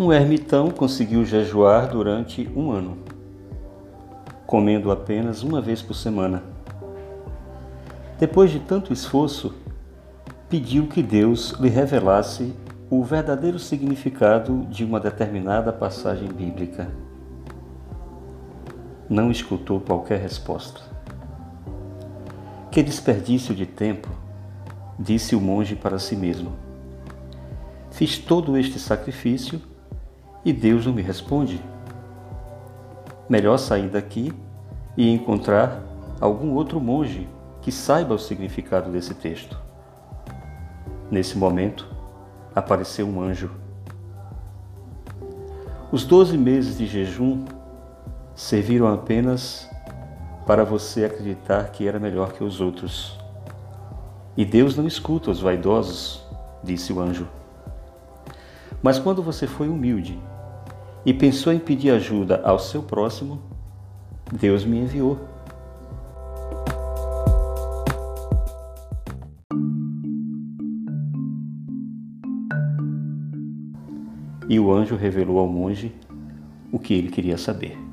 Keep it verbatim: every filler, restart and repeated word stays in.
Um ermitão conseguiu jejuar durante um ano, comendo apenas uma vez por semana. Depois de tanto esforço, pediu que Deus lhe revelasse o verdadeiro significado de uma determinada passagem bíblica. Não escutou qualquer resposta. Que desperdício de tempo, disse o monge para si mesmo. Fiz todo este sacrifício e Deus não me responde. Melhor sair daqui e encontrar algum outro monge que saiba o significado desse texto. Nesse momento, apareceu um anjo. Os doze meses de jejum serviram apenas para você acreditar que era melhor que os outros. E Deus não escuta os vaidosos, disse o anjo. Mas quando você foi humilde e pensou em pedir ajuda ao seu próximo, Deus me enviou. E o anjo revelou ao monge o que ele queria saber.